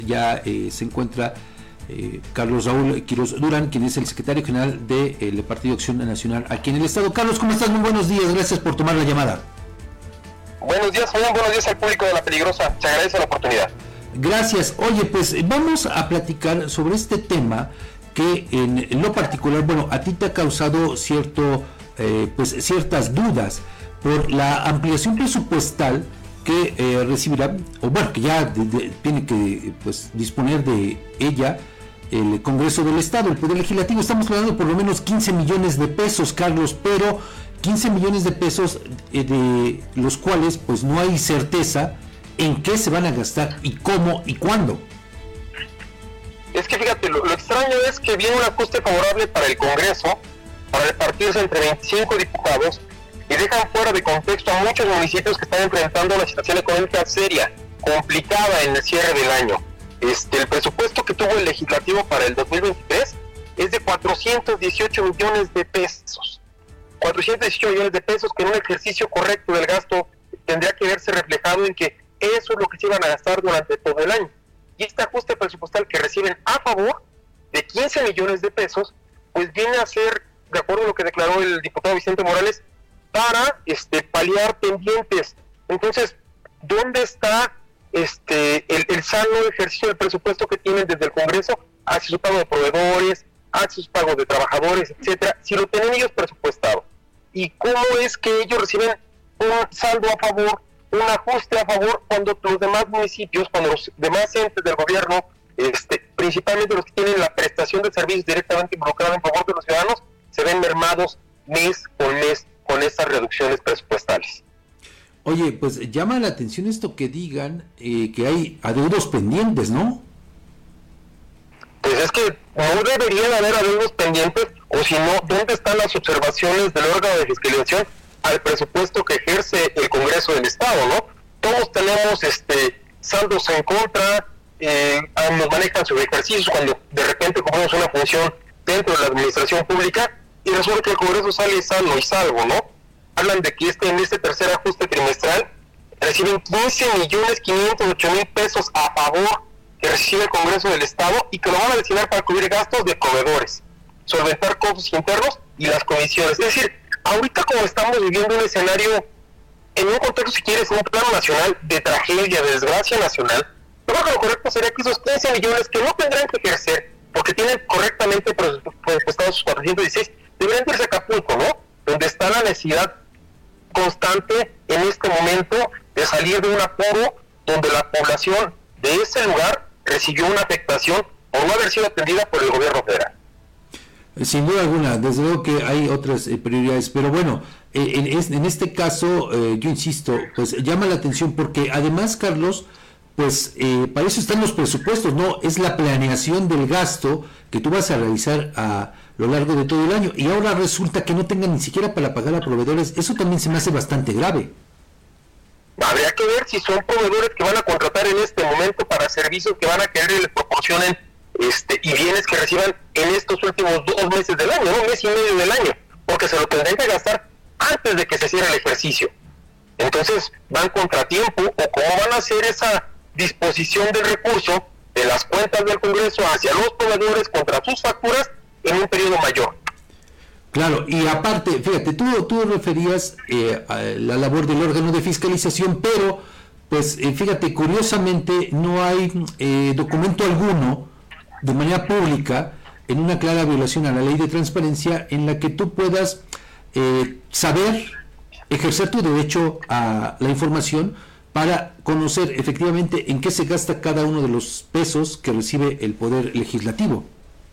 Ya se encuentra Carlos Raúl Quiroz Durán, quien es el secretario general del Partido Acción Nacional aquí en el Estado. Carlos, ¿cómo estás? Muy buenos días, gracias por tomar la llamada. Buenos días, Juan, buenos días al público de La Peligrosa, se agradece la oportunidad. Gracias. Oye, pues vamos a platicar sobre este tema que en lo particular, bueno, a ti te ha causado ciertas dudas por la ampliación presupuestal que recibirá, o bueno, que ya tiene que disponer de ella el Congreso del Estado, el Poder Legislativo. Estamos hablando de por lo menos 15 millones de pesos, Carlos, pero 15 millones de pesos de los cuales pues no hay certeza en qué se van a gastar y cómo y cuándo. Es que fíjate, lo extraño es que viene un ajuste favorable para el Congreso, para repartirse entre 25 diputados, y dejan fuera de contexto a muchos municipios que están enfrentando una situación económica seria, complicada en el cierre del año. El presupuesto que tuvo el legislativo para el 2023 es de 418 millones de pesos. 418 millones de pesos que en un ejercicio correcto del gasto tendría que verse reflejado en que eso es lo que se iban a gastar durante todo el año. Y este ajuste presupuestal que reciben a favor de 15 millones de pesos, pues viene a ser, de acuerdo a lo que declaró el diputado Vicente Morales, para paliar pendientes. Entonces, ¿dónde está el sano ejercicio del presupuesto que tienen desde el Congreso hacia su pago de proveedores, hacia sus pagos de trabajadores, etcétera, si lo tienen ellos presupuestado? ¿Y cómo es que ellos reciben un saldo a favor, un ajuste a favor, cuando los demás municipios, cuando los demás entes del gobierno, principalmente los que tienen la prestación de servicios directamente involucrada en favor de los ciudadanos, se ven mermados mes con estas reducciones presupuestales? Oye, pues llama la atención esto que digan que hay adeudos pendientes, ¿no? Pues es que no deberían haber adeudos pendientes, o si no, ¿dónde están las observaciones del órgano de fiscalización al presupuesto que ejerce el Congreso del Estado, no? Todos tenemos saldos en contra, nos manejan sobre ejercicios cuando de repente cumplimos una función dentro de la administración pública y resulta que el Congreso sale sano y salvo, ¿no? Hablan de que en este tercer ajuste trimestral reciben 15.508.000 pesos a favor que recibe el Congreso del Estado y que lo van a destinar para cubrir gastos de proveedores, solventar costos internos y las comisiones. Es decir, ahorita como estamos viviendo un escenario, en un contexto, si quieres, un plano nacional de tragedia, de desgracia nacional, yo creo que lo correcto sería que esos 15 millones que no tendrán que ejercer, porque tienen correctamente presupuestados sus 416, deberían irse a Acapulco, ¿no? Donde está la necesidad constante en este momento de salir de un apuro donde la población de ese lugar recibió una afectación por no haber sido atendida por el gobierno federal. Sin duda alguna, desde luego que hay otras prioridades, pero bueno, en este caso, yo insisto, pues llama la atención porque además, Carlos, pues para eso están los presupuestos, ¿no? Es la planeación del gasto que tú vas a realizar a lo largo de todo el año, y ahora resulta que no tengan ni siquiera para pagar a proveedores. Eso también se me hace bastante grave. Habría que ver si son proveedores que van a contratar en este momento para servicios que van a querer y les proporcionen y bienes que reciban en estos últimos 2 meses del año, ¿no? 1 mes y medio del año, porque se lo tendrán que gastar antes de que se cierre el ejercicio. Entonces, ¿van contratiempo o cómo van a hacer esa disposición del recurso de las cuentas del Congreso hacia los proveedores contra sus facturas en un periodo mayor? Claro, y aparte, fíjate, tú referías a la labor del órgano de fiscalización, pero, pues, fíjate, curiosamente no hay documento alguno de manera pública, en una clara violación a la ley de transparencia, en la que tú puedas saber, ejercer tu derecho a la información para conocer efectivamente en qué se gasta cada uno de los pesos que recibe el Poder Legislativo.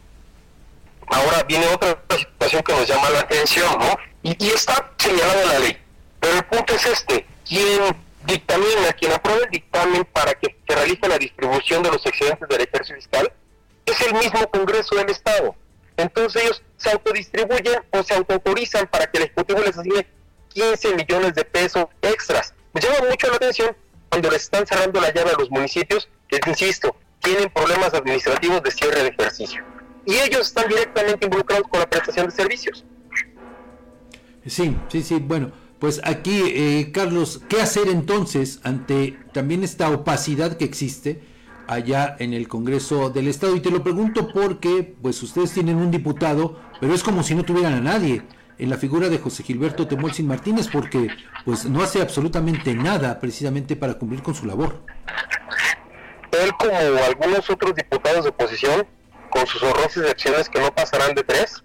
Ahora viene otra situación que nos llama la atención, ¿no? Y está señalada en la ley. Pero el punto es quien dictamina, quien aprueba el dictamen para que se realice la distribución de los excedentes del ejercicio fiscal, es el mismo Congreso del Estado. Entonces ellos se autodistribuyen o se autoautorizan para que el Ejecutivo les asigne 15 millones de pesos extras. Me llama mucho la atención cuando les están cerrando la llave a los municipios que, insisto, tienen problemas administrativos de cierre de ejercicio. Y ellos están directamente involucrados con la prestación de servicios. Sí, bueno, pues aquí, Carlos, ¿qué hacer entonces ante también esta opacidad que existe allá en el Congreso del Estado. Y te lo pregunto porque pues ustedes tienen un diputado, pero es como si no tuvieran a nadie en la figura de José Gilberto Temolsin Martínez, porque pues no hace absolutamente nada precisamente para cumplir con su labor. Él, como algunos otros diputados de oposición, con sus horrorosas acciones que no pasarán de 3,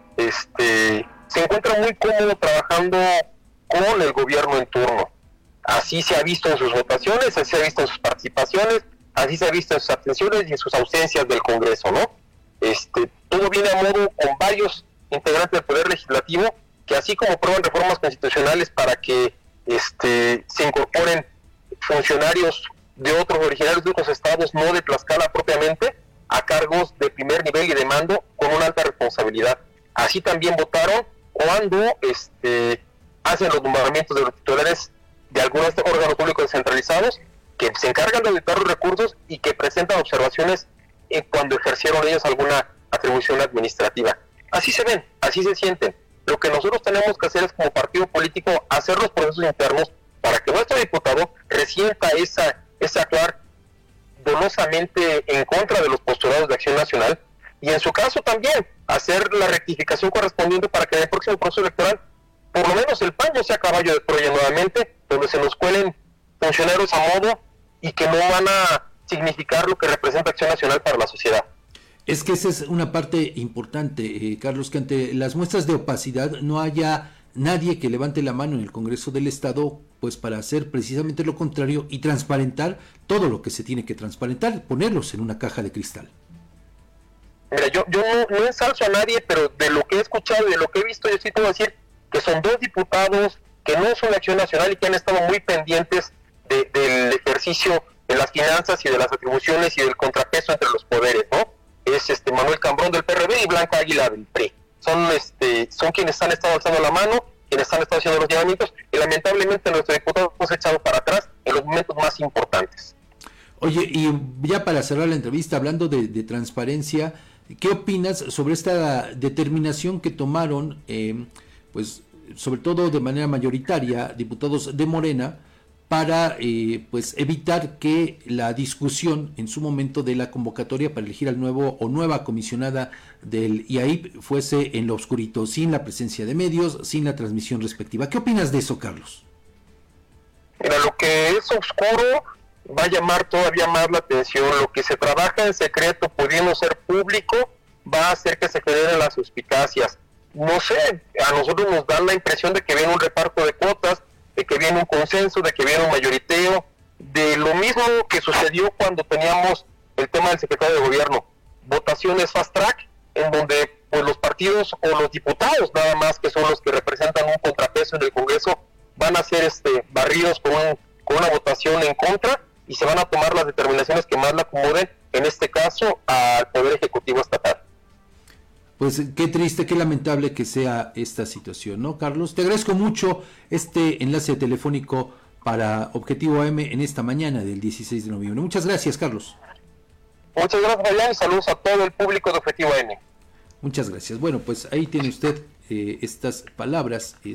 se encuentra muy cómodo trabajando con el gobierno en turno. Así se ha visto en sus votaciones, así se ha visto en sus participaciones, así se ha visto en sus abstenciones y en sus ausencias del Congreso, ¿no? Todo viene a modo con varios integrantes del Poder Legislativo que, así como aprueban reformas constitucionales para que se incorporen funcionarios de otros originarios de otros estados, no de Tlaxcala propiamente, a cargos de primer nivel y de mando con una alta responsabilidad. Así también votaron cuando hacen los nombramientos de los titulares de algunos órganos públicos descentralizados que se encargan de auditar los recursos y que presentan observaciones cuando ejercieron ellos alguna atribución administrativa. Así se ven, así se sienten. Lo que nosotros tenemos que hacer es, como partido político, hacer los procesos internos para que nuestro diputado resienta ese actuar dolosamente en contra de los postulados de Acción Nacional, y en su caso también hacer la rectificación correspondiente para que en el próximo proceso electoral por lo menos el PAN no sea caballo de Troya nuevamente, donde se nos cuelen funcionarios a modo y que no van a significar lo que representa Acción Nacional para la sociedad. Es que esa es una parte importante, Carlos, que ante las muestras de opacidad no haya nadie que levante la mano en el Congreso del Estado, pues para hacer precisamente lo contrario y transparentar todo lo que se tiene que transparentar, ponerlos en una caja de cristal. Mira, yo no ensalzo a nadie, pero de lo que he escuchado y de lo que he visto, yo sí puedo decir que son 2 diputados que no son de Acción Nacional y que han estado muy pendientes del ejercicio de las finanzas y de las atribuciones y del contrapeso entre los poderes, ¿no? Es Manuel Cambrón del PRD y Blanca Águila del PRI. Son quienes han estado alzando la mano, quienes han estado haciendo los llamamientos, y lamentablemente nuestro diputado nos ha echado para atrás en los momentos más importantes. Oye, y ya para cerrar la entrevista, hablando de transparencia, ¿qué opinas sobre esta determinación que tomaron, pues sobre todo de manera mayoritaria, diputados de Morena, para pues evitar que la discusión en su momento de la convocatoria para elegir al nuevo o nueva comisionada del IAIP fuese en lo oscurito, sin la presencia de medios, sin la transmisión respectiva? ¿Qué opinas de eso, Carlos? Mira, lo que es oscuro va a llamar todavía más la atención. Lo que se trabaja en secreto, pudiendo ser público, va a hacer que se generen las suspicacias. No sé, a nosotros nos dan la impresión de que viene un reparto de cuotas, de que viene un consenso, de que viene un mayoriteo, de lo mismo que sucedió cuando teníamos el tema del secretario de gobierno, votaciones fast track, en donde pues los partidos o los diputados nada más, que son los que representan un contrapeso en el Congreso, van a ser barridos con una votación en contra y se van a tomar las determinaciones que más le acomoden, en este caso al Poder Ejecutivo Estatal. Pues qué triste, qué lamentable que sea esta situación, ¿no, Carlos? Te agradezco mucho este enlace telefónico para Objetivo AM en esta mañana del 16 de noviembre. Muchas gracias, Carlos. Muchas gracias, Fabián, y saludos a todo el público de Objetivo AM. Muchas gracias. Bueno, pues ahí tiene usted estas palabras.